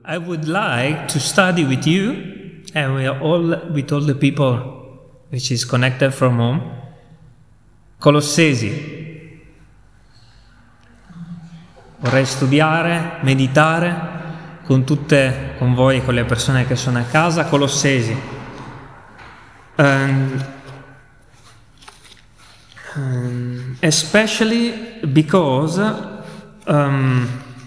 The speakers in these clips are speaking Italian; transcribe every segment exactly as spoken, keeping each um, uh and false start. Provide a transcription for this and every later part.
I would like to study with you, and we are all with all the people which is connected from home, Colossesi. Vorrei studiare, meditare con tutte, con voi, con le persone che sono a casa, Colossesi. And, um, especially because um,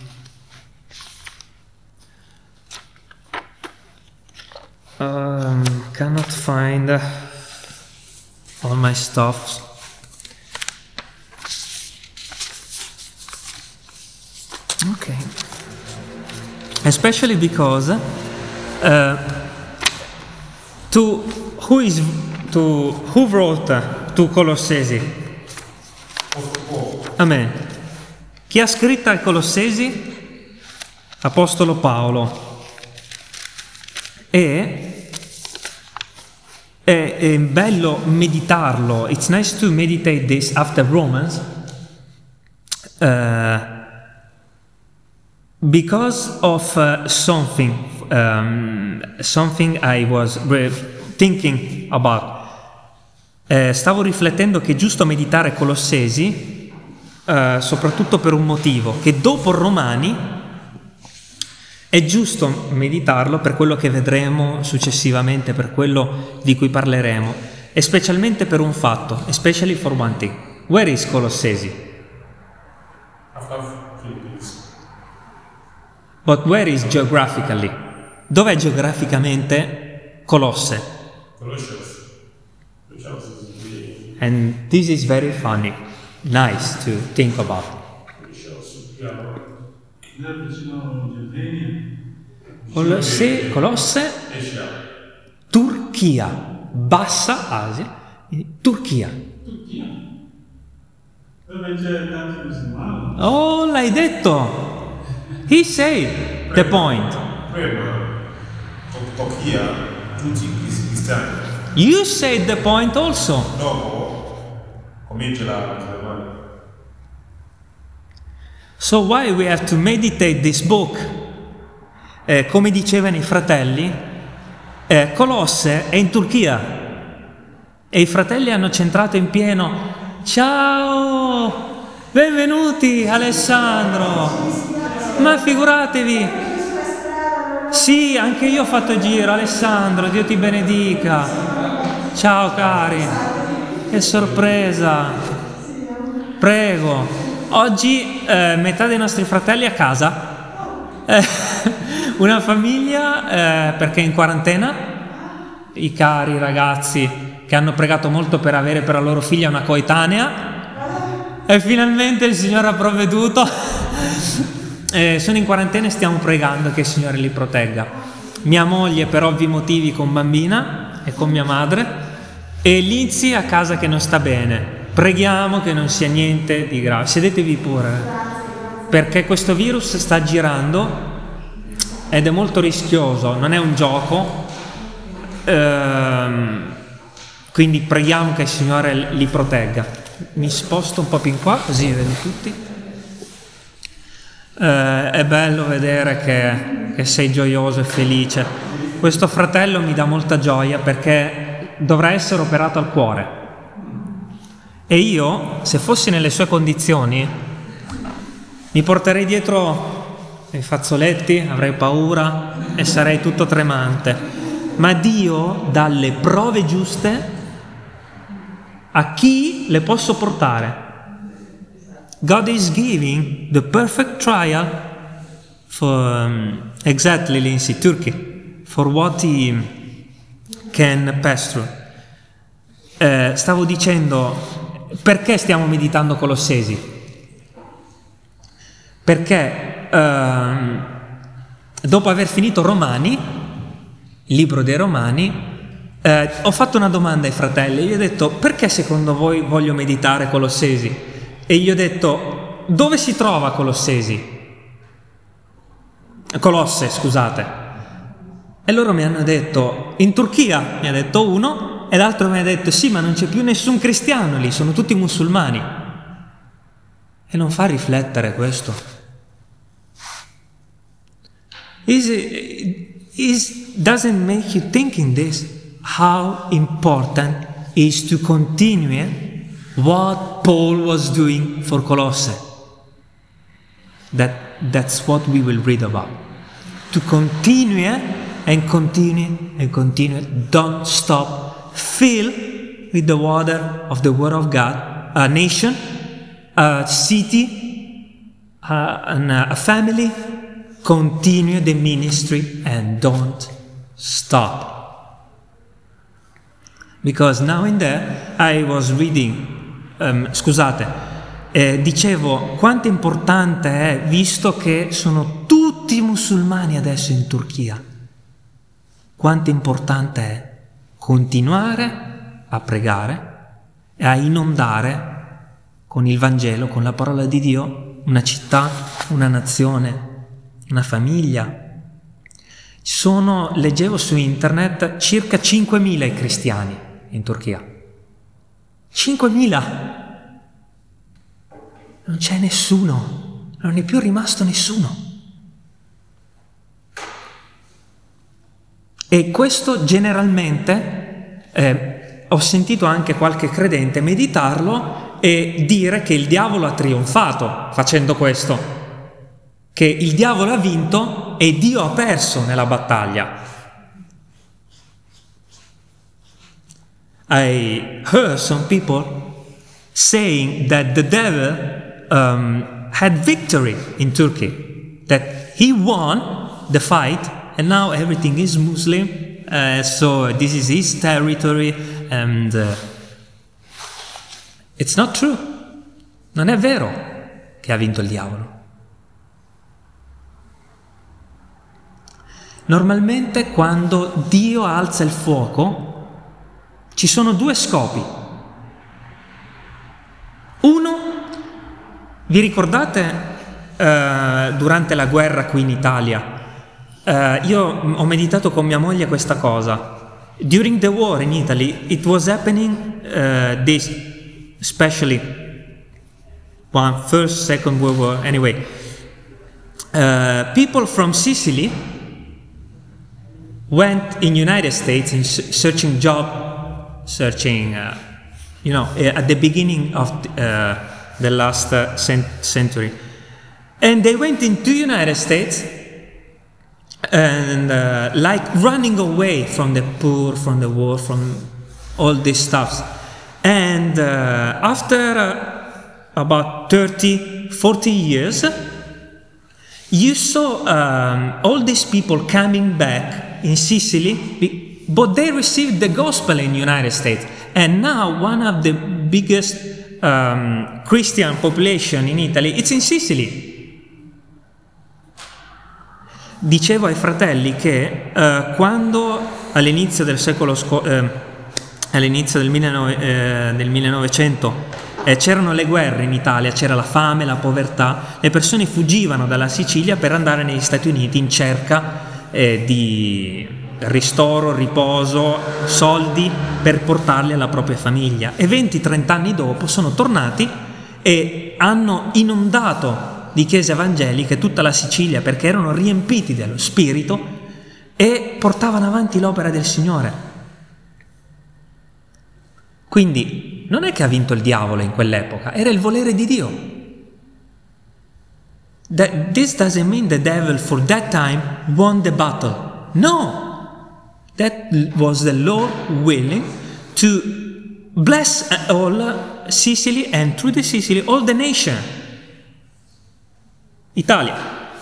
um, cannot find all my stuff. Okay. Especially because uh, to who is to who wrote to Colossesi? Amen. Chi ha scritto ai Colossesi? Apostolo Paolo. E è, è bello meditarlo. It's nice to meditate this after Romans. Uh, Because of uh, something, um, something I was re- thinking about. Eh, stavo riflettendo che è giusto meditare Colossesi, eh, soprattutto per un motivo, che dopo Romani è giusto meditarlo per quello che vedremo successivamente, per quello di cui parleremo, e specialmente per un fatto, especially for one thing. Where is Colossesi? But where is geographically? Dov'è geograficamente Colosse? And this is very funny, nice to think about. Colosse, Colosse, Turchia, Bassa Asia, Turchia. Oh, l'hai detto! He said the point. You said the point also. So why we have to meditate this book? Eh, come dicevano i fratelli, eh, Colosse è in Turchia e i fratelli hanno centrato in pieno. Ciao, benvenuti Alessandro. Ma figuratevi, sì, anche io ho fatto il giro, Alessandro, Dio ti benedica. Ciao cari, che sorpresa. Prego. Oggi eh, metà dei nostri fratelli a casa, eh, una famiglia eh, perché è in quarantena, i cari ragazzi che hanno pregato molto per avere per la loro figlia una coetanea e finalmente il Signore ha provveduto. Eh, sono in quarantena e stiamo pregando che il Signore li protegga. Mia moglie per ovvi motivi con bambina e con mia madre e Lizzy a casa che non sta bene. Preghiamo che non sia niente di grave. Sedetevi pure, perché questo virus sta girando ed è molto rischioso, non è un gioco, ehm, quindi preghiamo che il Signore li protegga. Mi sposto un po' più in qua così vedi tutti. Eh, è bello vedere che, che sei gioioso e felice. Questo fratello mi dà molta gioia perché dovrà essere operato al cuore e io, se fossi nelle sue condizioni, mi porterei dietro i fazzoletti, avrei paura e sarei tutto tremante, ma Dio dà le prove giuste a chi le posso portare. God is giving the perfect trial for um, exactly Lindsay, Turkey, for what he can pass through. Eh, stavo dicendo, perché stiamo meditando Colossesi? Perché ehm, dopo aver finito Romani, il libro dei Romani, eh, ho fatto una domanda ai fratelli, gli ho detto, perché secondo voi voglio meditare Colossesi? E gli ho detto, dove si trova Colossesi? Colosse, scusate. E loro mi hanno detto, in Turchia, mi ha detto uno, e l'altro mi ha detto, sì, ma non c'è più nessun cristiano lì, sono tutti musulmani. E non fa riflettere questo? Is is doesn't make you thinking this how important is to continue what Paul was doing for Colosse. That that's what we will read about. To continue and continue and continue. Don't stop. Fill with the water of the Word of God a nation, a city, a, an, a family. Continue the ministry and don't stop. Because now and there I was reading, um, scusate, eh, dicevo quanto importante è, visto che sono tutti musulmani adesso in Turchia, quanto importante è continuare a pregare e a inondare con il Vangelo, con la parola di Dio, una città, una nazione, una famiglia. Sono, leggevo su internet, circa cinquemila i cristiani in Turchia. cinquemila! Non c'è nessuno, non è più rimasto nessuno. E questo generalmente, eh, ho sentito anche qualche credente meditarlo e dire che il diavolo ha trionfato facendo questo. Che il diavolo ha vinto e Dio ha perso nella battaglia. I heard some people saying that the devil um, had victory in Turkey, that he won the fight and now everything is Muslim, uh, so this is his territory and uh, it's not true. Non è vero che ha vinto il diavolo. Normalmente quando Dio alza il fuoco ci sono due scopi. Uno, vi ricordate eh, durante la guerra qui in Italia? Eh, io ho meditato con mia moglie questa cosa. During the war in Italy, it was happening uh, this, especially one first, second World War. Anyway, uh, people from Sicily went in United States in searching job, searching, uh, you know, at the beginning of the, uh, the last uh, cent- century. And they went into United States and uh, like running away from the poor, from the war, from all this stuff. And uh, after uh, about thirty, forty years, you saw um, all these people coming back in Sicily, but they received the gospel in the United States. And now one of the biggest um, Christian population in Italy, it's in Sicily. Dicevo ai fratelli che uh, quando all'inizio del secolo scorso, uh, all'inizio del, millenovecento, uh, del millenovecento eh, c'erano le guerre in Italia, c'era la fame, la povertà, le persone fuggivano dalla Sicilia per andare negli Stati Uniti in cerca Eh, di ristoro, riposo, soldi per portarli alla propria famiglia, e venti trenta anni dopo sono tornati e hanno inondato di chiese evangeliche tutta la Sicilia perché erano riempiti dello Spirito e portavano avanti l'opera del Signore. Quindi non è che ha vinto il diavolo in quell'epoca, era il volere di Dio. That this doesn't mean the devil for that time won the battle. No, that was the Lord willing to bless all Sicily and through the Sicily all the nation, Italia.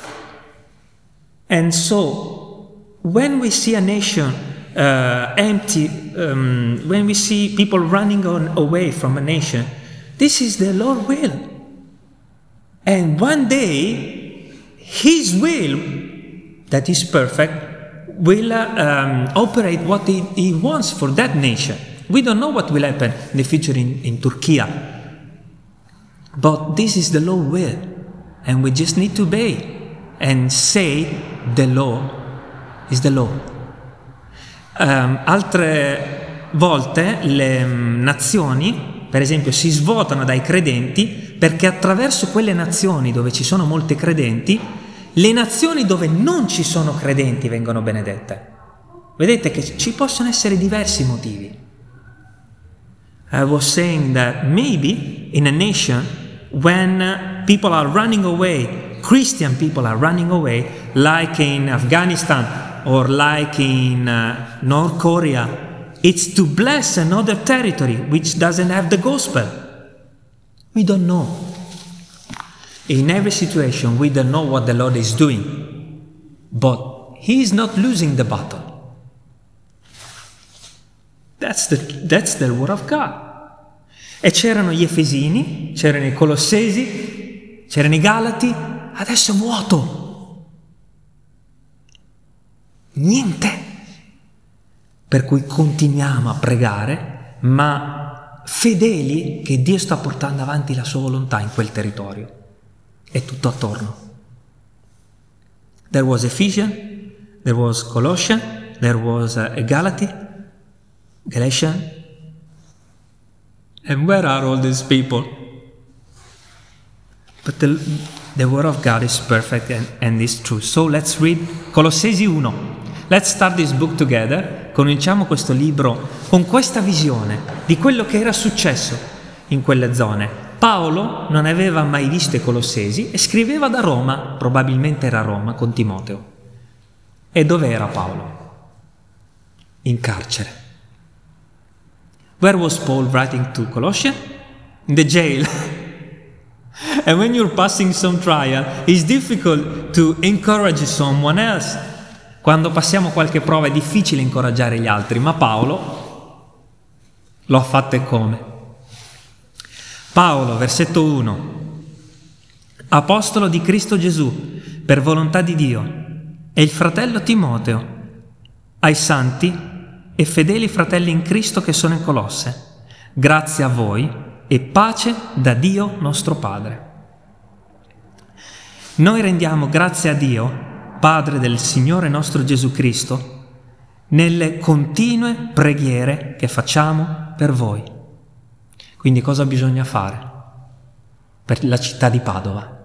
And so when we see a nation uh, empty, um, when we see people running on away from a nation, this is the Lord's will. And one day, His will, that is perfect, will uh, um, operate what he, he wants for that nation. We don't know what will happen in the future in, in Turkey. But this is the Lord's will. And we just need to obey and say the law is the law. Um, altre volte le um, nazioni, per esempio, si svuotano dai credenti perché attraverso quelle nazioni dove ci sono molti credenti le nazioni dove non ci sono credenti vengono benedette. Vedete che ci possono essere diversi motivi. I was saying that maybe in a nation when people are running away, Christian people are running away, like in Afghanistan or like in uh, North Korea, it's to bless another territory which doesn't have the gospel. We don't know. In every situation, we don't know what the Lord is doing, but He is not losing the battle. That's the, that's the word of God. E c'erano gli Efesini, c'erano i Colossesi, c'erano i Galati, adesso è vuoto. Niente. Per cui continuiamo a pregare, ma fedeli che Dio sta portando avanti la sua volontà in quel territorio. È tutto attorno. There was Ephesians, there was Colossians, there was uh, Galati, Galatians. And where are all these people? But the, the word of God is perfect and, and is true. So let's read Colossesi uno. Let's start this book together. Cominciamo questo libro con questa visione di quello che era successo in quelle zone. Paolo non aveva mai visto i Colossesi e scriveva da Roma, probabilmente era a Roma con Timoteo. E dove era Paolo? In carcere. Where was Paul writing to Colossians? In the jail. And when you're passing some trial, it's difficult to encourage someone else. Quando passiamo qualche prova è difficile incoraggiare gli altri, ma Paolo lo ha fatto come? Paolo, versetto uno, apostolo di Cristo Gesù, per volontà di Dio, e il fratello Timoteo, ai santi e fedeli fratelli in Cristo che sono in Colosse, grazie a voi e pace da Dio nostro Padre. Noi rendiamo grazie a Dio, Padre del Signore nostro Gesù Cristo, nelle continue preghiere che facciamo per voi. Quindi cosa bisogna fare per la città di Padova?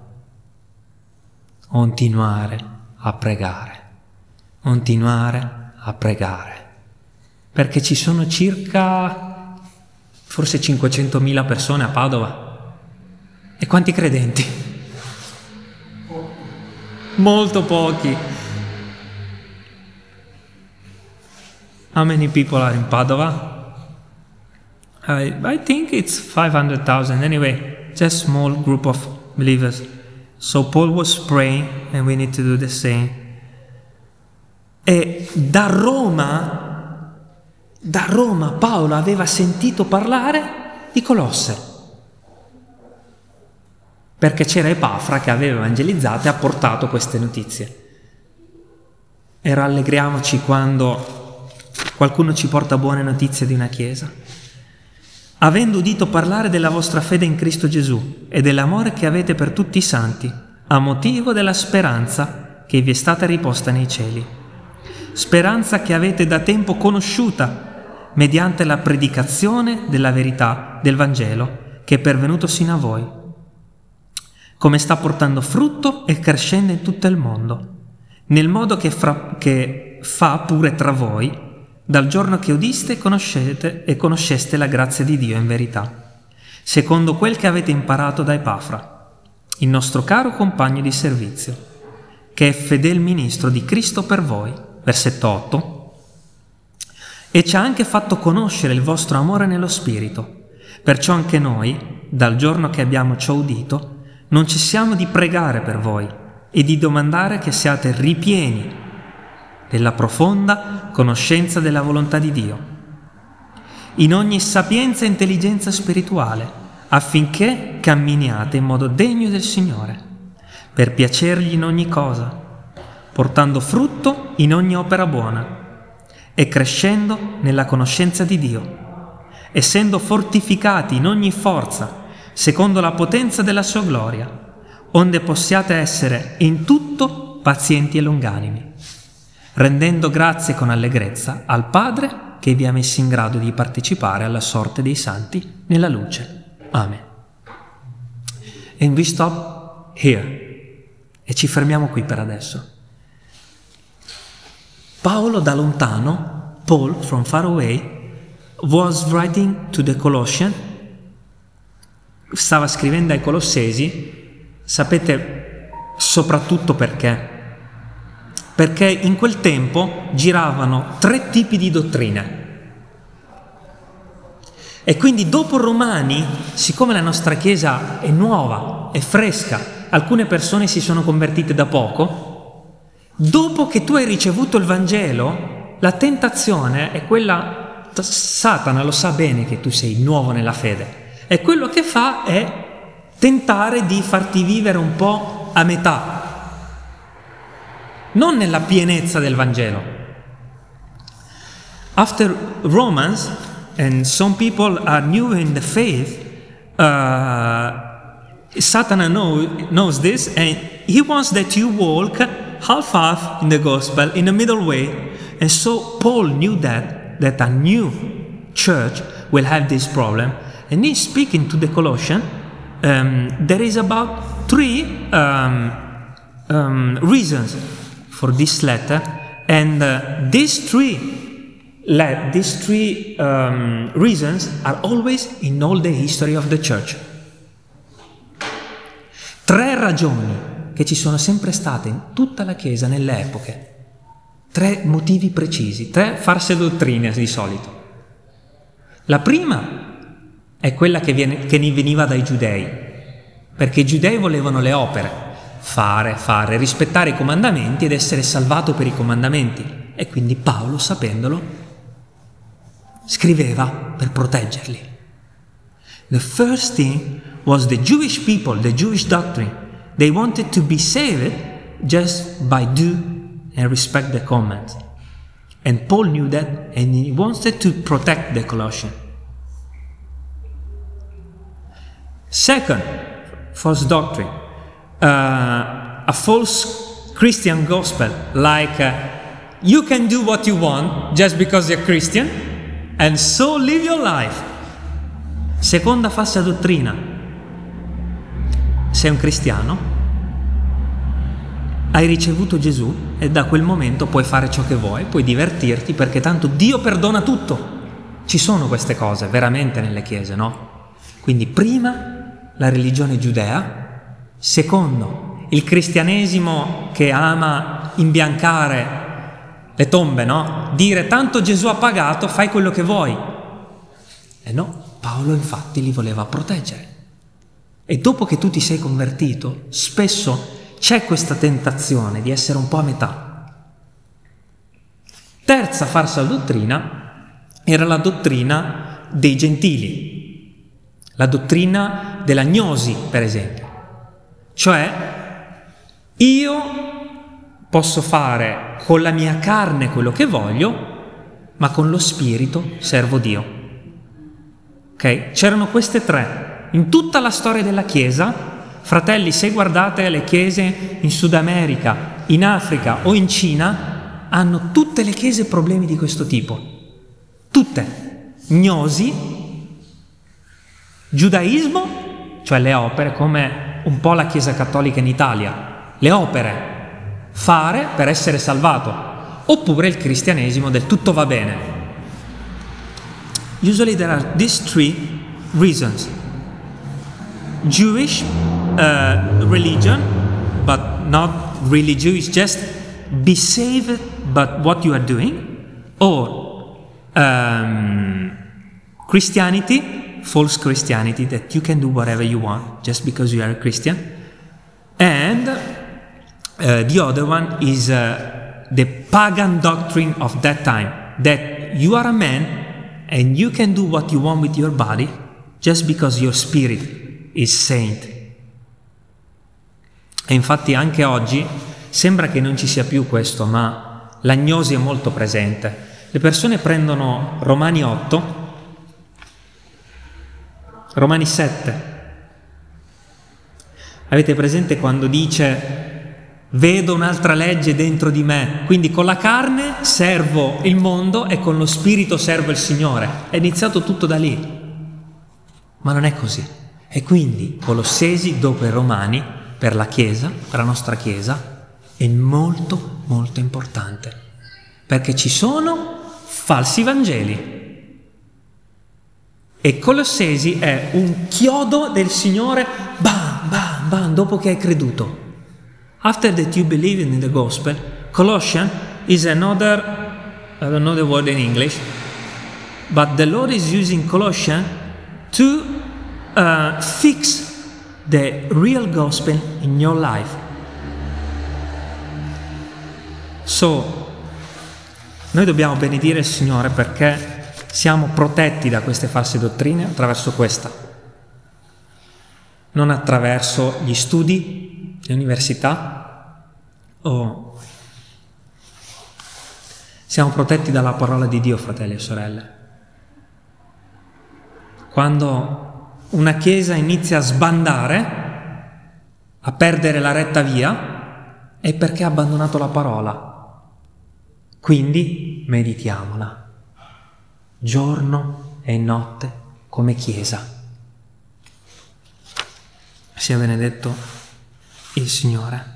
Continuare a pregare, continuare a pregare, perché ci sono circa forse cinquecentomila persone a Padova. E quanti credenti? Molto pochi. How many people are in Padova? I, I think it's five hundred thousand. Anyway, just a small group of believers. So Paul was praying and we need to do the same. E da Roma, da Roma Paolo aveva sentito parlare di Colosse. Perché c'era Epafra che aveva evangelizzato e ha portato queste notizie. E rallegriamoci quando qualcuno ci porta buone notizie di una chiesa. Avendo udito parlare della vostra fede in Cristo Gesù e dell'amore che avete per tutti i santi, a motivo della speranza che vi è stata riposta nei cieli. Speranza che avete da tempo conosciuta mediante la predicazione della verità del Vangelo che è pervenuto sino a voi, come sta portando frutto e crescendo in tutto il mondo, nel modo che, fra, che fa pure tra voi, dal giorno che udiste conoscete e conosceste la grazia di Dio in verità, secondo quel che avete imparato da Epafra, il nostro caro compagno di servizio, che è fedel ministro di Cristo per voi, versetto otto, e ci ha anche fatto conoscere il vostro amore nello Spirito, perciò anche noi, dal giorno che abbiamo ciò udito, non cessiamo di pregare per voi e di domandare che siate ripieni della profonda conoscenza della volontà di Dio, in ogni sapienza e intelligenza spirituale, affinché camminiate in modo degno del Signore, per piacergli in ogni cosa, portando frutto in ogni opera buona e crescendo nella conoscenza di Dio, essendo fortificati in ogni forza, secondo la potenza della sua gloria, onde possiate essere in tutto pazienti e longanimi, rendendo grazie con allegrezza al Padre che vi ha messi in grado di partecipare alla sorte dei santi nella luce. Amen. And we stop here. E ci fermiamo qui per adesso. Paolo da lontano, Paul from far away, was writing to the Colossians, stava scrivendo ai Colossesi, sapete soprattutto perché? Perché in quel tempo giravano tre tipi di dottrine. E quindi dopo Romani, siccome la nostra Chiesa è nuova, è fresca, alcune persone si sono convertite da poco, dopo che tu hai ricevuto il Vangelo, la tentazione è quella, Satana lo sa bene che tu sei nuovo nella fede, e quello che fa è tentare di farti vivere un po' a metà, non nella pienezza del Vangelo. After Romans, and some people are new in the faith, uh, Satan know, knows this, and he wants that you walk half-half in the gospel, in the middle way. And so Paul knew that, that a new church will have this problem. And he's speaking to the Colossians. Um, there is about three um, um, reasons for this letter. And uh, these three, le- these three um, reasons are always in all the history of the church. Tre ragioni che ci sono sempre state in tutta la Chiesa nelle epoche. Tre motivi precisi, tre false dottrine di solito. La prima è quella che, viene, che ne veniva dai giudei, perché i giudei volevano le opere, fare, fare, rispettare i comandamenti ed essere salvato per i comandamenti. E quindi Paolo, sapendolo, scriveva per proteggerli. The first thing was the Jewish people, the Jewish doctrine. They wanted to be saved just by do and respect the commands. And Paul knew that, and he wanted to protect the Colossians. Second, false doctrine. Uh, a false Christian gospel, like uh, you can do what you want just because you're Christian, and so live your life. Seconda falsa dottrina. Sei un cristiano, hai ricevuto Gesù e da quel momento puoi fare ciò che vuoi, puoi divertirti perché tanto Dio perdona tutto. Ci sono queste cose veramente nelle chiese, no? Quindi prima la religione giudea, secondo il cristianesimo che ama imbiancare le tombe, no? Dire tanto Gesù ha pagato, fai quello che vuoi. E no, Paolo infatti li voleva proteggere. E dopo che tu ti sei convertito, spesso c'è questa tentazione di essere un po' a metà. Terza falsa dottrina era la dottrina dei gentili, la dottrina della gnosi, per esempio. Cioè, io posso fare con la mia carne quello che voglio, ma con lo spirito servo Dio. Ok? C'erano queste tre. In tutta la storia della Chiesa, fratelli, se guardate le chiese in Sud America, in Africa o in Cina, hanno tutte le chiese problemi di questo tipo. Tutte. Gnosi, giudaismo, cioè le opere, come un po' la Chiesa cattolica in Italia. Le opere, fare per essere salvato. Oppure il cristianesimo del tutto va bene. Usually there are these three reasons. Jewish uh, religion, but not really Jewish, just be saved but what you are doing, or um, Christianity, false Christianity, that you can do whatever you want just because you are a Christian, and uh, the other one is uh, the pagan doctrine of that time, that you are a man and you can do what you want with your body just because your spirit is saint. E infatti anche oggi sembra che non ci sia più questo, ma l'agnosi è molto presente. Le persone prendono Romani otto, Romani sette. Avete presente quando dice vedo un'altra legge dentro di me, quindi con la carne servo il mondo e con lo spirito servo il Signore. È iniziato tutto da lì, ma non è così. E quindi Colossesi dopo i Romani per la Chiesa, per la nostra Chiesa, è molto molto importante, perché ci sono falsi Vangeli. E Colossesi è un chiodo del Signore, bam, bam, bam, dopo che hai creduto. After that you believe in the gospel, Colossians is another, I don't know the word in English, but the Lord is using Colossians to uh, fix the real gospel in your life. So, noi dobbiamo benedire il Signore perché siamo protetti da queste false dottrine attraverso questa, non attraverso gli studi, le università, o siamo protetti dalla parola di Dio, fratelli e sorelle. Quando una chiesa inizia a sbandare, a perdere la retta via, è perché ha abbandonato la parola. Quindi meditiamola, giorno e notte come chiesa. Sia benedetto il Signore.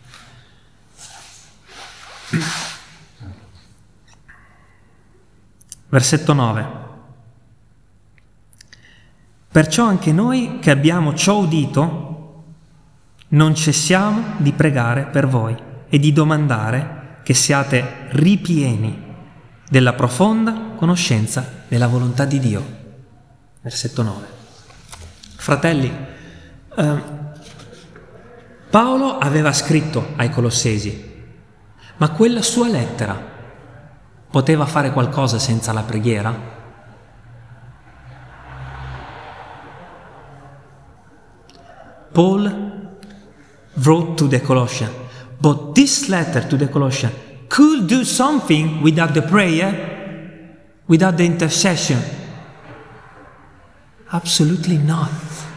Versetto nove. Perciò anche noi che abbiamo ciò udito non cessiamo di pregare per voi e di domandare che siate ripieni della profonda conoscenza della volontà di Dio. Versetto nove. Fratelli, eh, Paolo aveva scritto ai Colossesi, ma quella sua lettera poteva fare qualcosa senza la preghiera? Paul wrote to the Colossians, but this letter to the Colossians could do something without the prayer, without the intercession. Absolutely not.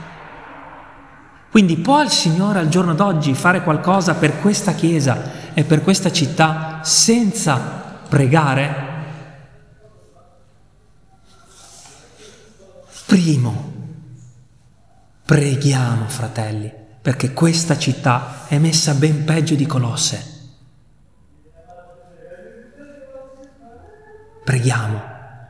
Quindi può il Signore al giorno d'oggi fare qualcosa per questa Chiesa e per questa città senza pregare? Primo, preghiamo, fratelli, perché questa città è messa ben peggio di Colosse. Preghiamo.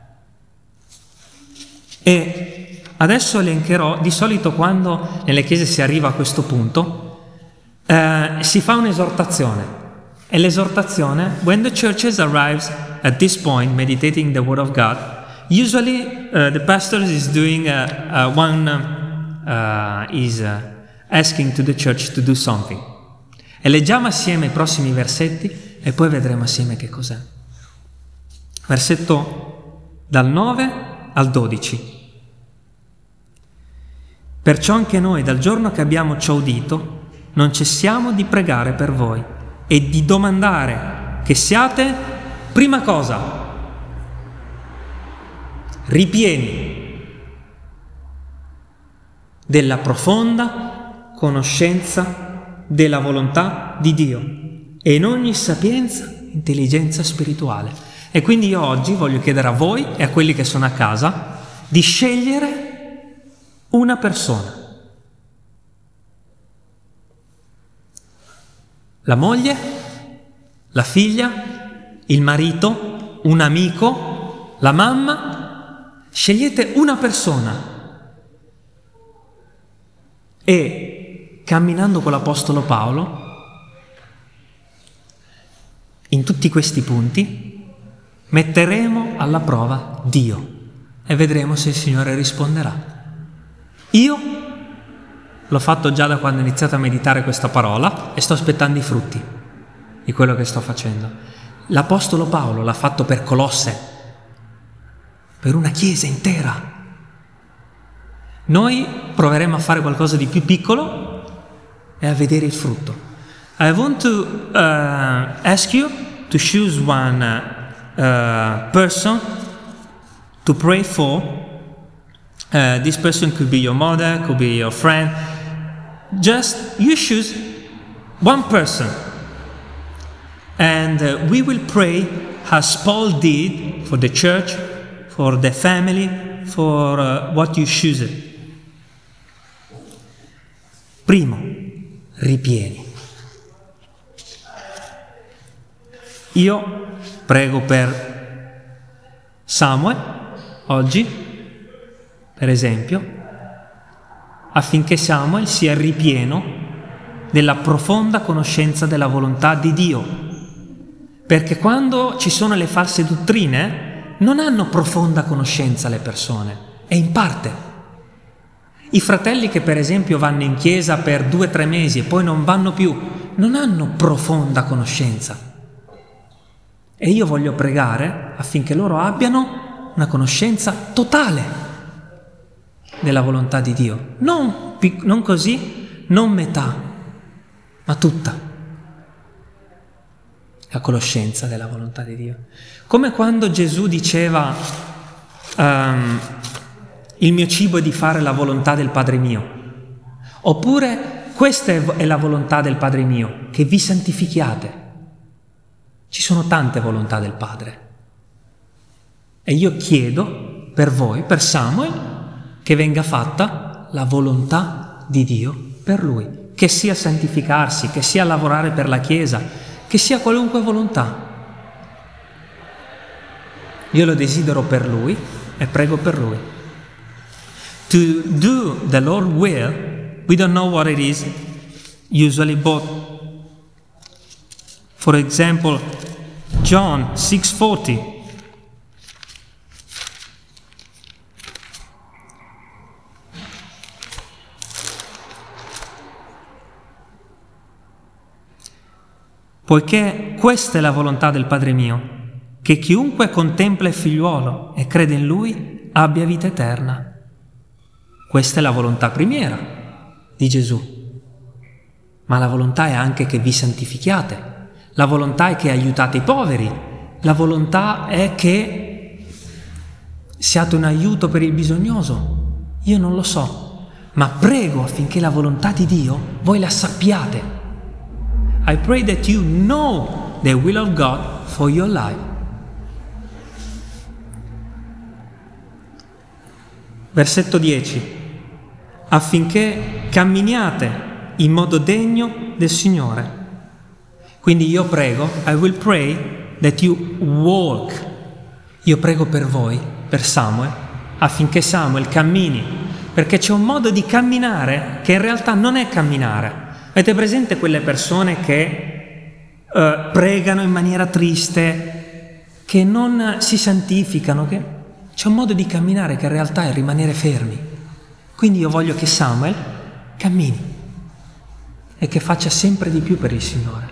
E adesso elencherò, di solito quando nelle chiese si arriva a questo punto, eh, si fa un'esortazione. E l'esortazione, when the churches arrives at this point, meditating the word of God, usually uh, the pastor is doing uh, uh, one... Uh, is uh, asking to the church to do something. E leggiamo assieme i prossimi versetti e poi vedremo assieme che cos'è. Versetto dal nove al dodici. Perciò anche noi, dal giorno che abbiamo ciò udito, non cessiamo di pregare per voi e di domandare che siate, prima cosa, ripieni della profonda conoscenza della volontà di Dio e in ogni sapienza, intelligenza spirituale. E quindi io oggi voglio chiedere a voi e a quelli che sono a casa di scegliere una persona. La moglie, la figlia, il marito, un amico, la mamma. Scegliete una persona. E camminando con l'Apostolo Paolo, in tutti questi punti, metteremo alla prova Dio e vedremo se il Signore risponderà. Io l'ho fatto già da quando ho iniziato a meditare questa parola e sto aspettando i frutti di quello che sto facendo. L'Apostolo Paolo l'ha fatto per Colosse, per una chiesa intera. Noi proveremo a fare qualcosa di più piccolo e a vedere il frutto. I want to uh, ask you to choose one uh, uh, person to pray for. Uh, this person could be your mother, could be your friend. Just you choose one person. And uh, we will pray as Paul did for the church, for the family, for uh, what you choose. Primo, ripieni. Io prego per Samuel oggi, per esempio, affinché Samuel sia ripieno della profonda conoscenza della volontà di Dio. Perché quando ci sono le false dottrine, non hanno profonda conoscenza le persone, è in parte. I fratelli che per esempio vanno in chiesa per due o tre mesi e poi non vanno più, non hanno profonda conoscenza. E io voglio pregare affinché loro abbiano una conoscenza totale della volontà di Dio. Non, non così, non metà, ma tutta la conoscenza della volontà di Dio. Come quando Gesù diceva um, il mio cibo è di fare la volontà del Padre mio, oppure questa è la volontà del Padre mio, che vi santifichiate. Ci sono tante volontà del Padre e io chiedo per voi, per Samuel, che venga fatta la volontà di Dio per lui, che sia santificarsi, che sia lavorare per la Chiesa, che sia qualunque volontà. Io lo desidero per lui e prego per lui. To do the Lord's will, we don't know what it is usually, but for example, John six forty. Poiché questa è la volontà del Padre mio, che chiunque contempla il figliuolo e crede in lui abbia vita eterna. Questa è la volontà primiera di Gesù. Ma la volontà è anche che vi santifichiate. La volontà è che aiutate i poveri. La volontà è che siate un aiuto per il bisognoso. Io non lo so, ma prego affinché la volontà di Dio voi la sappiate. I pray that you know the will of God for your life. Versetto dieci. Affinché camminiate in modo degno del Signore. Quindi io prego, I will pray that you walk. Io prego per voi, per Samuel, affinché Samuel cammini, perché c'è un modo di camminare che in realtà non è camminare. Avete presente quelle persone che uh, pregano in maniera triste, che non si santificano, che c'è un modo di camminare che in realtà è rimanere fermi. Quindi io voglio che Samuel cammini e che faccia sempre di più per il Signore.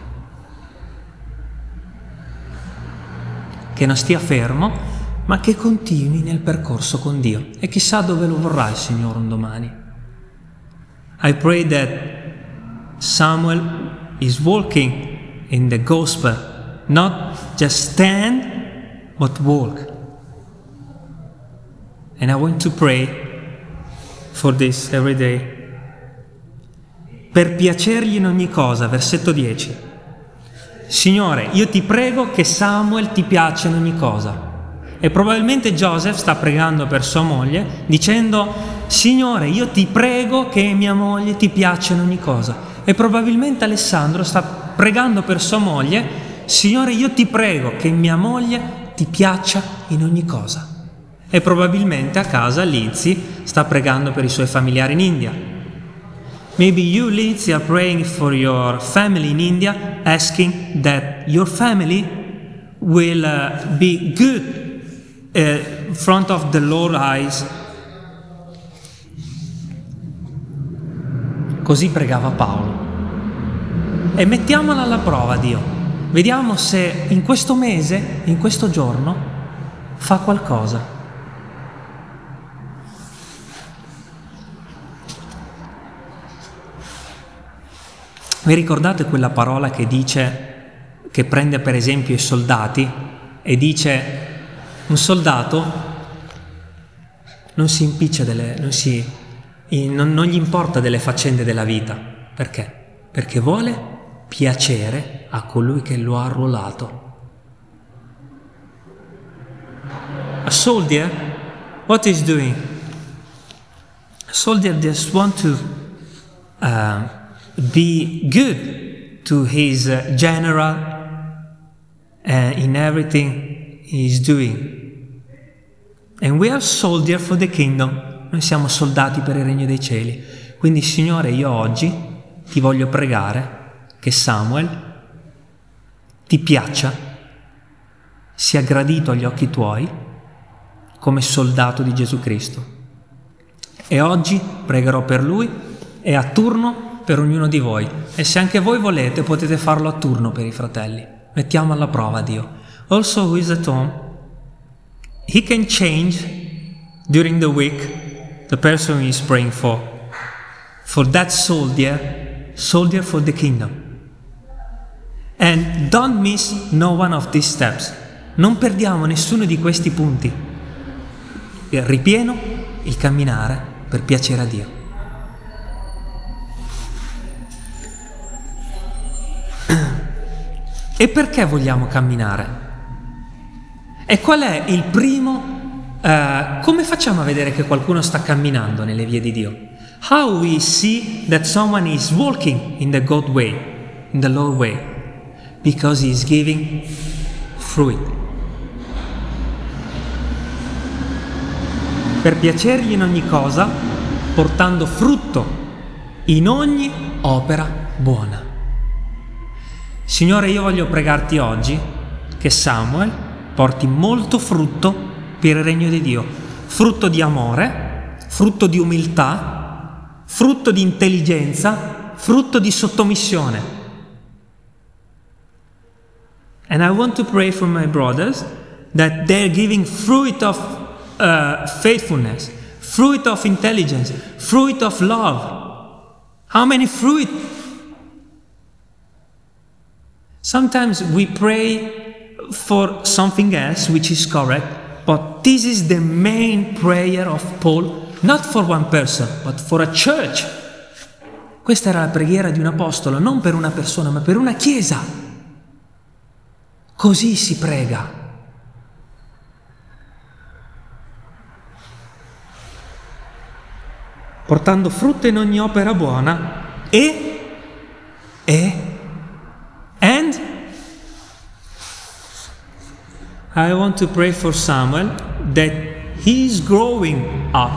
Che non stia fermo, ma che continui nel percorso con Dio. E chissà dove lo vorrà il Signore un domani. I pray that Samuel is walking in the gospel, not just stand, but walk. And I want to pray for this every day. Per piacergli in ogni cosa, versetto dieci. Signore, io ti prego che Samuel ti piaccia in ogni cosa. E probabilmente Joseph sta pregando per sua moglie, dicendo, Signore, io ti prego che mia moglie ti piaccia in ogni cosa. E probabilmente Alessandro sta pregando per sua moglie, Signore, io ti prego che mia moglie ti piaccia in ogni cosa. E probabilmente a casa Lizzie sta pregando per i suoi familiari in India. Maybe you, Lizzie, are praying for your family in India, asking that your family will uh, be good uh, in front of the Lord's eyes. Così pregava Paolo. E mettiamola alla prova, Dio. Vediamo se in questo mese, in questo giorno, fa qualcosa. Vi ricordate quella parola che dice, che prende per esempio i soldati e dice, un soldato non si impiccia delle, non, si, non, non gli importa delle faccende della vita. Perché? Perché vuole piacere a colui che lo ha arruolato. A soldier, what is doing? A soldier just want to uh, be good to his uh, general uh, in everything he's doing. And we are soldiers for the kingdom. Noi siamo soldati per il regno dei cieli. Quindi, Signore, io oggi ti voglio pregare che Samuel ti piaccia, sia gradito agli occhi tuoi come soldato di Gesù Cristo. E oggi pregherò per lui e a turno per ognuno di voi. E se anche voi volete, potete farlo a turno per i fratelli. Mettiamo alla prova Dio. Also, who is at home, he can change during the week the person he is praying for. For that soldier, soldier for the kingdom. And don't miss no one of these steps. Non perdiamo nessuno di questi punti. Il ripieno, il camminare per piacere a Dio. E perché vogliamo camminare? E qual è il primo? Uh, come facciamo a vedere che qualcuno sta camminando nelle vie di Dio? How we see that someone is walking in the God way, in the Lord way? Because he is giving fruit. Per piacergli in ogni cosa, portando frutto in ogni opera buona. Signore, io voglio pregarti oggi che Samuel porti molto frutto per il regno di Dio. Frutto di amore, frutto di umiltà, frutto di intelligenza, frutto di sottomissione. And I want to pray for my brothers that they're giving fruit of uh, faithfulness, fruit of intelligence, fruit of love. How many fruit? Sometimes we pray for something else, which is correct, but this is the main prayer of Paul, not for one person, but for a church. Questa era la preghiera di un apostolo, non per una persona, ma per una chiesa. Così si prega. Portando frutto in ogni opera buona e, e, and I want to pray for Samuel that he's growing up.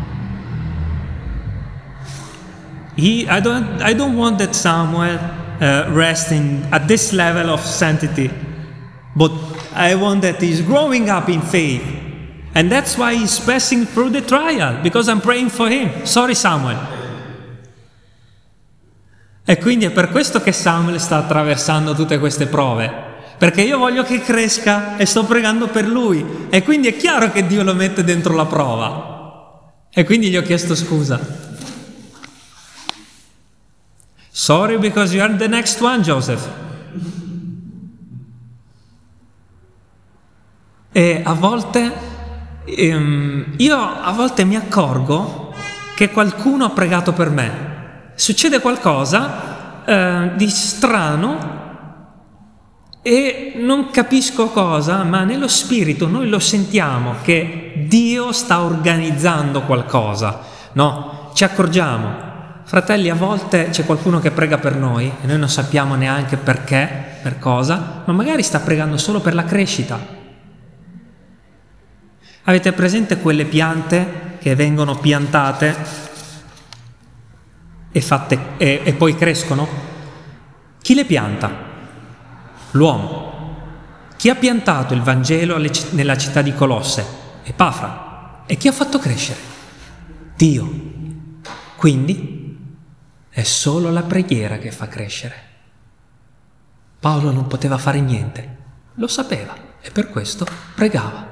He, I don't, I don't want that Samuel uh, resting at this level of sanctity, but I want that he's growing up in faith. And that's why he's passing through the trial, because I'm praying for him. Sorry, Samuel. E quindi è per questo che Samuel sta attraversando tutte queste prove, perché io voglio che cresca e sto pregando per lui. E quindi è chiaro che Dio lo mette dentro la prova. E quindi gli ho chiesto scusa. Sorry, because you are the next one, Joseph. E a volte... Io a volte mi accorgo che qualcuno ha pregato per me. Succede qualcosa eh, di strano e non capisco cosa, ma nello spirito noi lo sentiamo che Dio sta organizzando qualcosa, no? Ci accorgiamo. Fratelli, a volte c'è qualcuno che prega per noi e noi non sappiamo neanche perché, per cosa, ma magari sta pregando solo per la crescita. Avete presente quelle piante che vengono piantate e, fatte, e, e poi crescono? Chi le pianta? L'uomo. Chi ha piantato il Vangelo alle, nella città di Colosse? Epafra. E chi ha fatto crescere? Dio. Quindi è solo la preghiera che fa crescere. Paolo non poteva fare niente, lo sapeva e per questo pregava.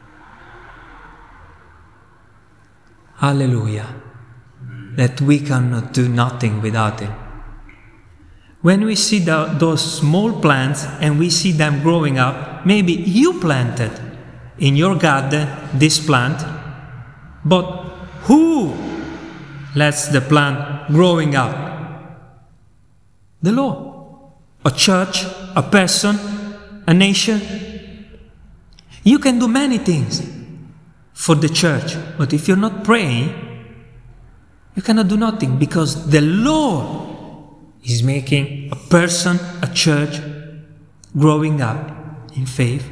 Hallelujah, that we cannot do nothing without Him. When we see the, those small plants and we see them growing up, maybe you planted in your garden this plant, but who lets the plant growing up? The Lord. A church, a person, a nation. You can do many things for the church, but if you're not praying, you cannot do nothing, because the Lord is making a person, a church, growing up in faith.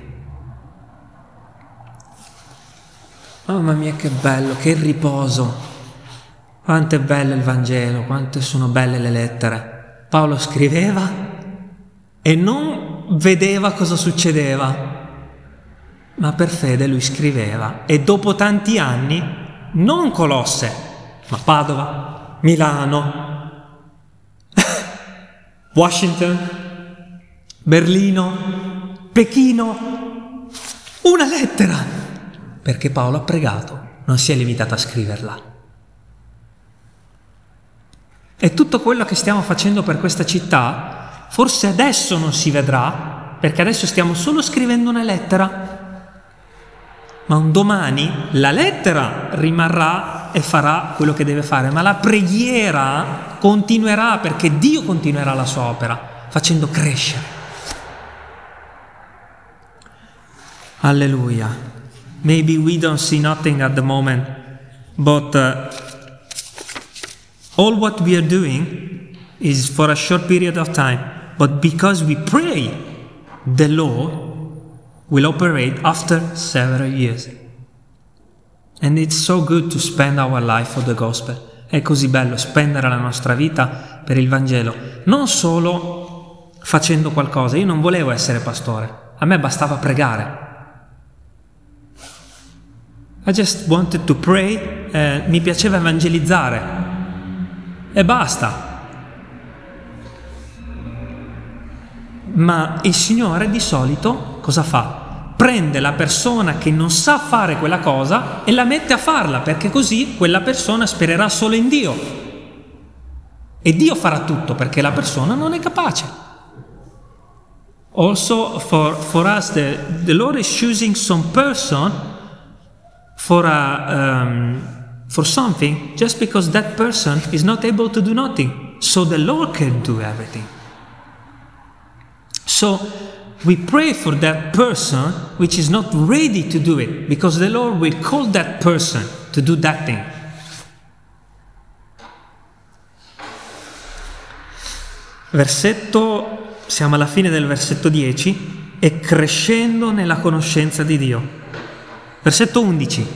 Mamma mia, che bello, che riposo. Quanto è bello il Vangelo, quanto sono belle le lettere. Paolo scriveva e non vedeva cosa succedeva, ma per fede lui scriveva. E dopo tanti anni, non Colosse, ma Padova, Milano, Washington, Berlino, Pechino, una lettera, perché Paolo ha pregato, non si è limitato a scriverla. E tutto quello che stiamo facendo per questa città, forse adesso non si vedrà, perché adesso stiamo solo scrivendo una lettera, ma un domani la lettera rimarrà e farà quello che deve fare, ma la preghiera continuerà, perché Dio continuerà la sua opera, facendo crescere. Alleluia. Maybe we don't see nothing at the moment, but uh, all what we are doing is for a short period of time, but because we pray, the Lord will operate after several years. And it's so good to spend our life for the gospel. È così bello spendere la nostra vita per il Vangelo, non solo facendo qualcosa. Io non volevo essere pastore, a me bastava pregare. I just wanted to pray, eh, mi piaceva evangelizzare e basta. Ma il Signore di solito cosa fa? Prende la persona che non sa fare quella cosa e la mette a farla, perché così quella persona spererà solo in Dio. E Dio farà tutto, perché la persona non è capace. Also for, for us, the, the Lord is choosing some person for a, um, for something just because that person is not able to do nothing, so the Lord can do everything. So we pray for that person which is not ready to do it, because the Lord will call that person to do that thing. Versetto, siamo alla fine del versetto dieci, e crescendo nella conoscenza di Dio. Versetto undici.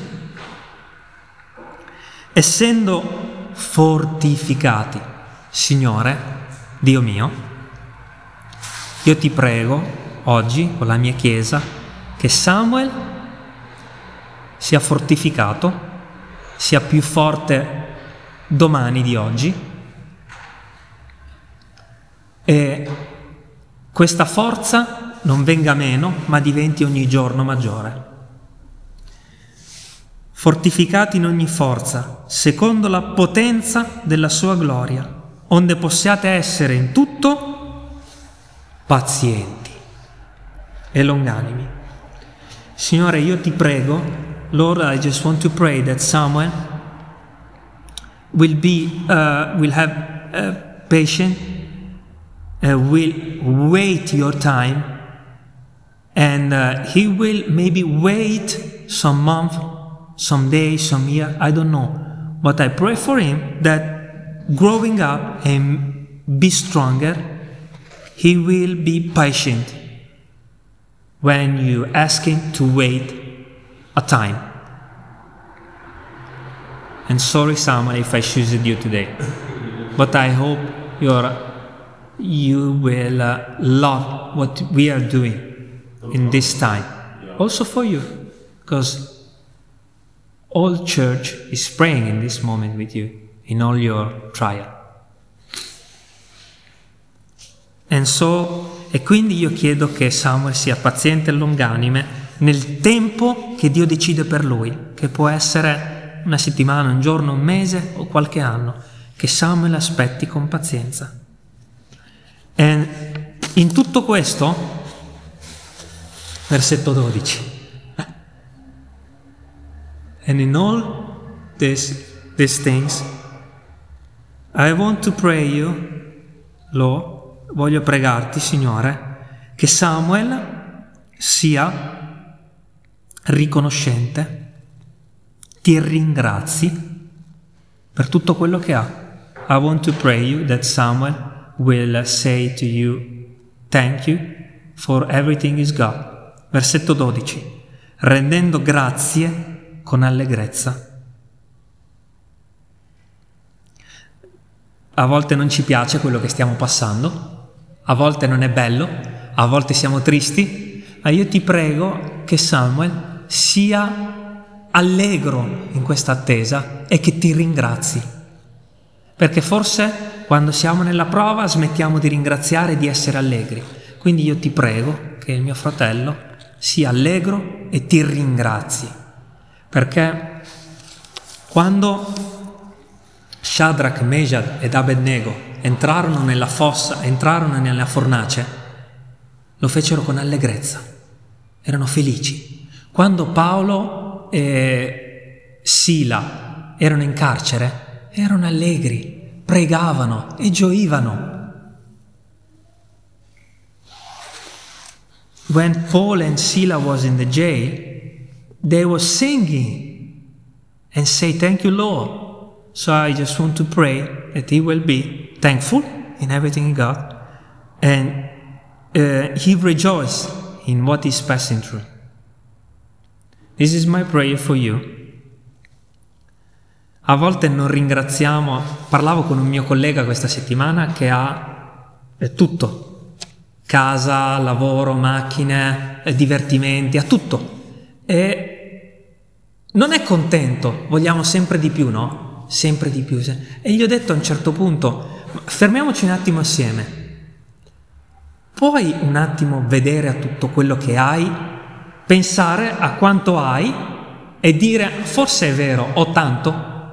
Essendo fortificati, Signore, Dio mio, io ti prego oggi con la mia Chiesa che Samuel sia fortificato, sia più forte domani di oggi, e questa forza non venga meno, ma diventi ogni giorno maggiore. Fortificati in ogni forza, secondo la potenza della sua gloria, onde possiate essere in tutto pazienti e longanimi. Signore, io ti prego, Lord, I just want to pray that Samuel will be, uh, will have uh, patience, uh, will wait your time, and uh, he will maybe wait some month, some days, some year, I don't know. But I pray for him that growing up and be stronger, he will be patient when you ask him to wait a time. And sorry, Samuel, if I choose you today, but I hope you're, you will uh, love what we are doing in this time. Also for you, because all church is praying in this moment with you, in all your trial. And so, e quindi io chiedo che Samuel sia paziente e longanime nel tempo che Dio decide per lui, che può essere una settimana, un giorno, un mese o qualche anno, che Samuel aspetti con pazienza. E in tutto questo, versetto dodici, and in all this, these things, I want to pray you, Lord, voglio pregarti, Signore, che Samuel sia riconoscente, ti ringrazi per tutto quello che ha. I want to pray you that Samuel will say to you, thank you for everything is God. Versetto dodici. Rendendo grazie con allegrezza. A volte non ci piace quello che stiamo passando, a volte non è bello, a volte siamo tristi, ma io ti prego che Samuel sia allegro in questa attesa e che ti ringrazi. Perché forse quando siamo nella prova smettiamo di ringraziare e di essere allegri. Quindi io ti prego che il mio fratello sia allegro e ti ringrazi. Perché quando Shadrach, Meshach ed Abednego entrarono nella fossa, entrarono nella fornace, lo fecero con allegrezza, erano felici. Quando Paolo e Sila erano in carcere, erano allegri, pregavano e gioivano. When Paul and Sila was in the jail, they were singing and say, thank you, Lord. So I just want to pray that he will be thankful in everything he got and uh, he rejoiced in what he's passing through. This is my prayer for you. A volte non ringraziamo, parlavo con un mio collega questa settimana che ha eh, tutto, casa, lavoro, macchine, eh, divertimenti, ha tutto e non è contento, vogliamo sempre di più, no? Sempre di più. E gli ho detto a un certo punto, fermiamoci un attimo assieme, puoi un attimo vedere a tutto quello che hai, pensare a quanto hai e dire forse è vero, ho tanto.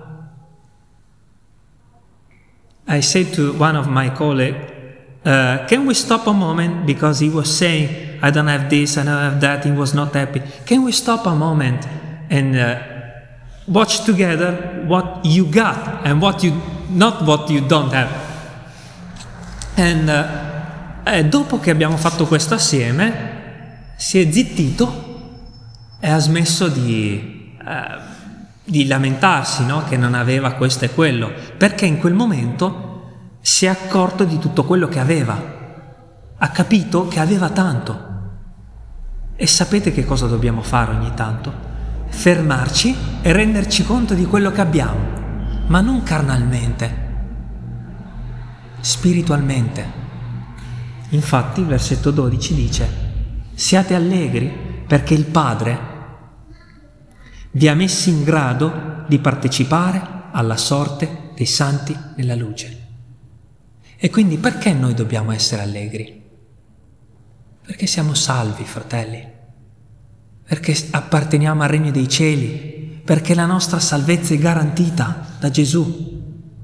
I said to one of my colleagues, uh, can we stop a moment, because he was saying I don't have this, I don't have that, he was not happy. Can we stop a moment and uh, watch together what you got and what you, not what you don't have. And, uh, e dopo che abbiamo fatto questo assieme, si è zittito e ha smesso di, uh, di lamentarsi, no? Che non aveva questo e quello, perché in quel momento si è accorto di tutto quello che aveva, ha capito che aveva tanto. E sapete che cosa dobbiamo fare ogni tanto? Fermarci e renderci conto di quello che abbiamo, ma non carnalmente, spiritualmente. Infatti il versetto dodici dice: siate allegri perché il Padre vi ha messi in grado di partecipare alla sorte dei santi nella luce. E quindi perché noi dobbiamo essere allegri? Perché siamo salvi, fratelli. Perché apparteniamo al regno dei cieli, perché la nostra salvezza è garantita da Gesù.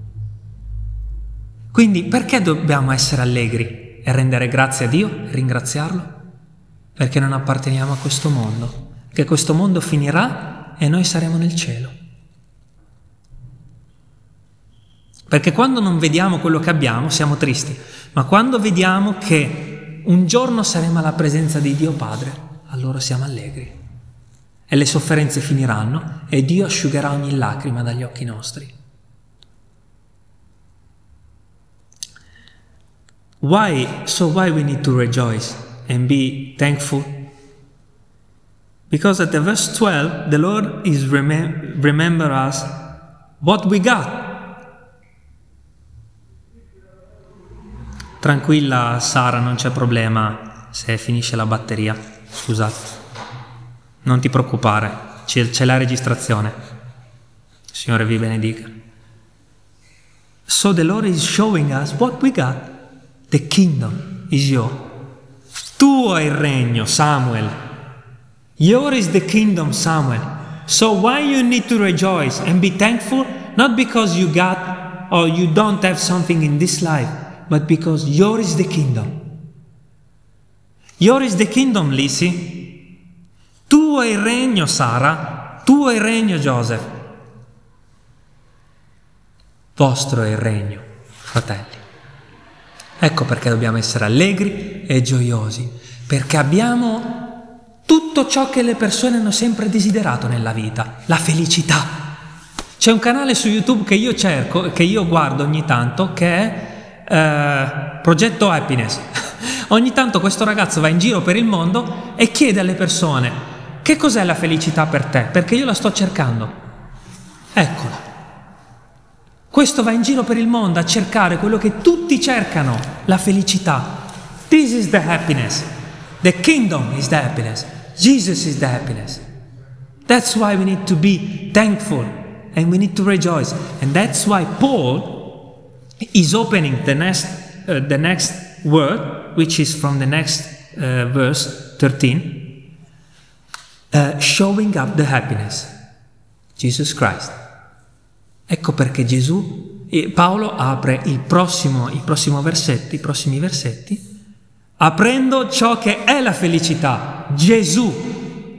Quindi perché dobbiamo essere allegri e rendere grazie a Dio e ringraziarlo? Perché non apparteniamo a questo mondo, che questo mondo finirà e noi saremo nel cielo. Perché quando non vediamo quello che abbiamo siamo tristi, ma quando vediamo che un giorno saremo alla presenza di Dio Padre, allora siamo allegri e le sofferenze finiranno e Dio asciugherà ogni lacrima dagli occhi nostri. Why? So why we need to rejoice and be thankful? Because at the verse twelve, the Lord is remem- remember us what we got. Tranquilla Sara, non c'è problema se finisce la batteria. Scusate, non ti preoccupare, c'è, c'è la registrazione. Signore vi benedica. So the Lord is showing us what we got. The kingdom is yours. Tuo è il regno, Samuel. Yours is the kingdom, Samuel. So why you need to rejoice and be thankful? Not because you got or you don't have something in this life, but because yours is the kingdom. Yours is the kingdom, Lisi. Tuo è il regno, Sara. Tuo è il regno, Joseph. Vostro è il regno, fratelli. Ecco perché dobbiamo essere allegri e gioiosi, perché abbiamo tutto ciò che le persone hanno sempre desiderato nella vita, la felicità. C'è un canale su YouTube che io cerco, che io guardo ogni tanto, che è eh, progetto happiness. Ogni tanto questo ragazzo va in giro per il mondo e chiede alle persone: che cos'è la felicità per te? Perché io la sto cercando. Eccola. Questo va in giro per il mondo a cercare quello che tutti cercano, la felicità. This is the happiness. The kingdom is the happiness. Jesus is the happiness. That's why we need to be thankful and we need to rejoice. And that's why Paul is opening the next, uh, the next word, which is from the next uh, verse thirteen, uh, showing up the happiness. Jesus Christ. Ecco perché Gesù, e Paolo apre il prossimo, i prossimi versetti, i prossimi versetti, aprendo ciò che è la felicità, Gesù.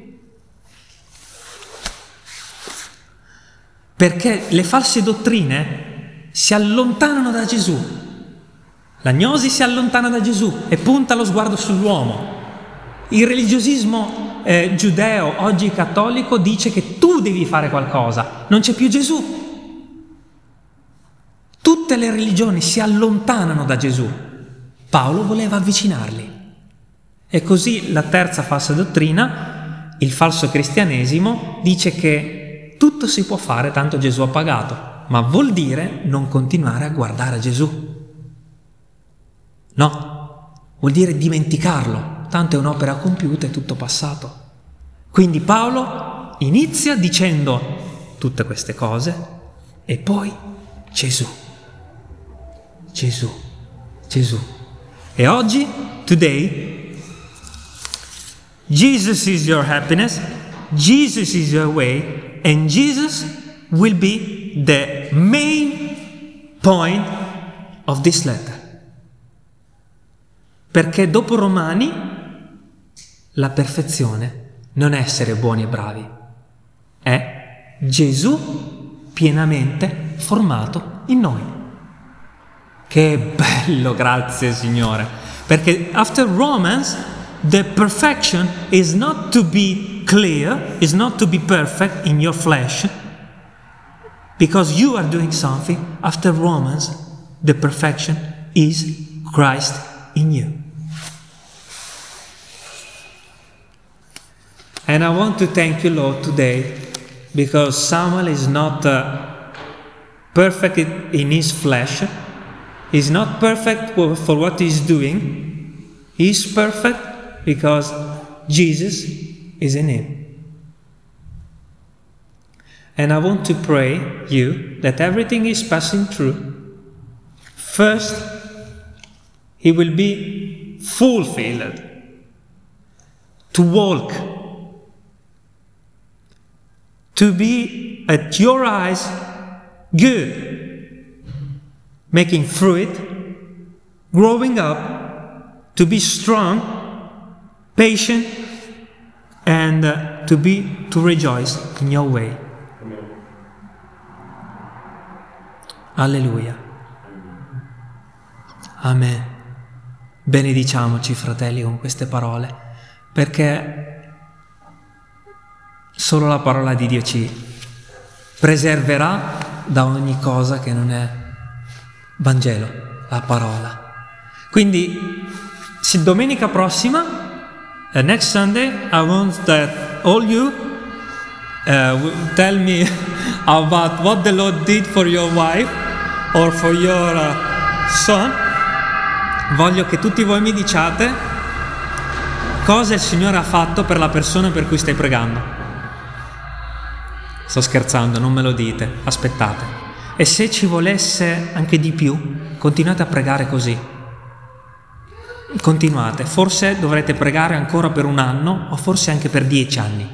Perché le false dottrine si allontanano da Gesù. La gnosi si allontana da Gesù e punta lo sguardo sull'uomo. Il religiosismo eh, giudeo, oggi cattolico, dice che tu devi fare qualcosa. Non c'è più Gesù. Tutte le religioni si allontanano da Gesù. Paolo voleva avvicinarli. E così la terza falsa dottrina, il falso cristianesimo, dice che tutto si può fare tanto Gesù ha pagato, ma vuol dire non continuare a guardare a Gesù. No, vuol dire dimenticarlo, tanto è un'opera compiuta, è tutto passato. Quindi Paolo inizia dicendo tutte queste cose e poi Gesù, Gesù, Gesù. E oggi, today, Jesus is your happiness, Jesus is your way, and Jesus will be the main point of this letter. Perché dopo Romani la perfezione non è essere buoni e bravi, è Gesù pienamente formato in noi. Che bello, grazie Signore, perché after Romans the perfection is not to be clear, is not to be perfect in your flesh, because you are doing something. After Romans, the perfection is Christ in you. And I want to thank you, Lord, today, because Samuel is not uh, perfect in his flesh. He's not perfect for what he's doing. He's perfect because Jesus is in him. And I want to pray you that everything is passing through. First, he will be fulfilled to walk, to be at your eyes good, making fruit, growing up, to be strong, patient, and uh, to be to rejoice in your way. Alleluia. Amen. Benediciamoci, fratelli, con queste parole, perché solo la parola di Dio ci preserverà da ogni cosa che non è Vangelo, la parola. Quindi, se domenica prossima, uh, next Sunday, I want that all you uh, tell me about what the Lord did for your wife or for your uh, son. Voglio che tutti voi mi diciate cosa il Signore ha fatto per la persona per cui stai pregando. Sto scherzando, non me lo dite, aspettate. E se ci volesse anche di più, continuate a pregare così. Continuate, forse dovrete pregare ancora per un anno o forse anche per dieci anni.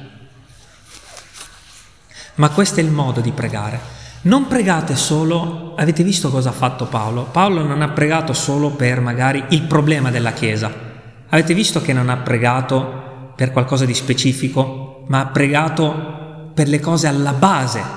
Ma questo è il modo di pregare. Non pregate solo, avete visto cosa ha fatto Paolo? Paolo non ha pregato solo per magari il problema della Chiesa. Avete visto che non ha pregato per qualcosa di specifico, ma ha pregato per le cose alla base.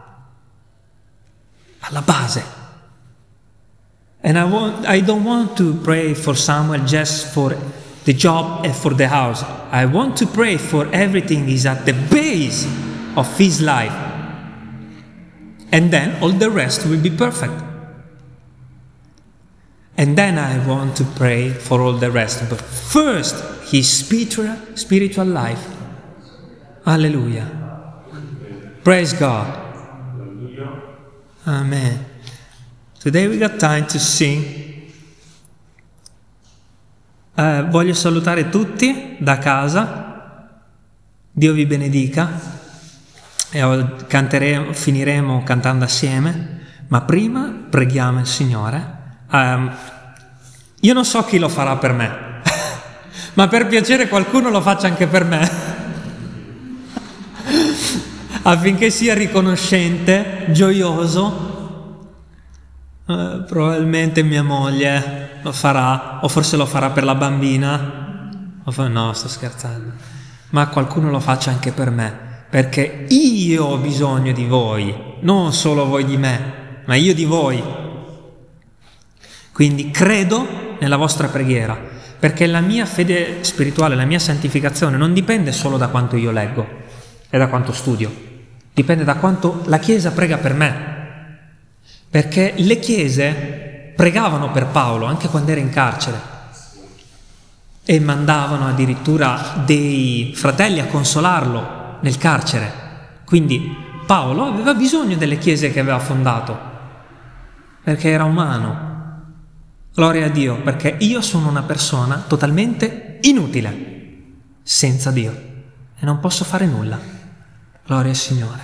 Alla base. And I want, I don't want to pray for Samuel just for the job and for the house. I want to pray for everything is at the base of his life. And then all the rest will be perfect. And then I want to pray for all the rest. But first, his spiritual, spiritual life. Hallelujah. Praise God. Amen. Today we got time to sing. Uh, voglio salutare tutti da casa. Dio vi benedica. E canteremo, finiremo cantando assieme. Ma prima preghiamo il Signore. Um, io non so chi lo farà per me, ma per piacere qualcuno lo faccia anche per me, affinché sia riconoscente, gioioso. Uh, probabilmente mia moglie lo farà, o forse lo farà per la bambina. O fa... No, sto scherzando. Ma qualcuno lo faccia anche per me, perché io ho bisogno di voi, non solo voi di me, ma io di voi. Quindi credo nella vostra preghiera, perché la mia fede spirituale, la mia santificazione non dipende solo da quanto io leggo e da quanto studio, dipende da quanto la Chiesa prega per me, perché le chiese pregavano per Paolo anche quando era in carcere e mandavano addirittura dei fratelli a consolarlo nel carcere. Quindi Paolo aveva bisogno delle chiese che aveva fondato, perché era umano. Gloria a Dio, perché io sono una persona totalmente inutile senza Dio e non posso fare nulla. Gloria al Signore.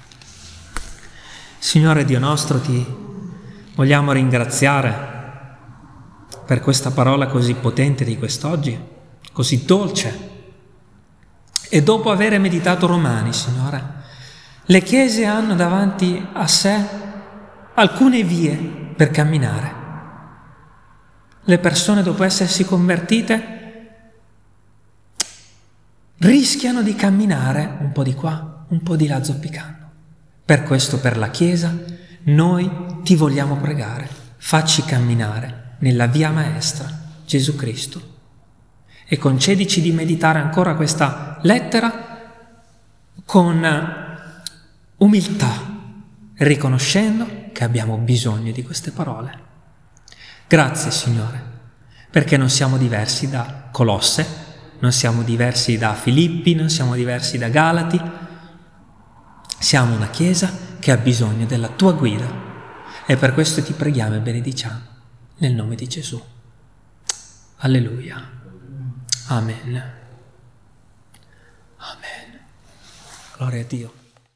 Signore Dio nostro, ti vogliamo ringraziare per questa parola così potente di quest'oggi, così dolce. E dopo aver meditato Romani, Signore, le chiese hanno davanti a sé alcune vie per camminare. Le persone, dopo essersi convertite, rischiano di camminare un po' di qua, un po' di là zoppicando. Per questo, per la Chiesa, noi ti vogliamo pregare. Facci camminare nella via maestra, Gesù Cristo. E concedici di meditare ancora questa lettera con umiltà, riconoscendo che abbiamo bisogno di queste parole. Grazie Signore, perché non siamo diversi da Colosse, non siamo diversi da Filippi, non siamo diversi da Galati. Siamo una Chiesa che ha bisogno della tua guida e per questo ti preghiamo e benediciamo nel nome di Gesù. Alleluia. Amen. Amen. Gloria a Dio.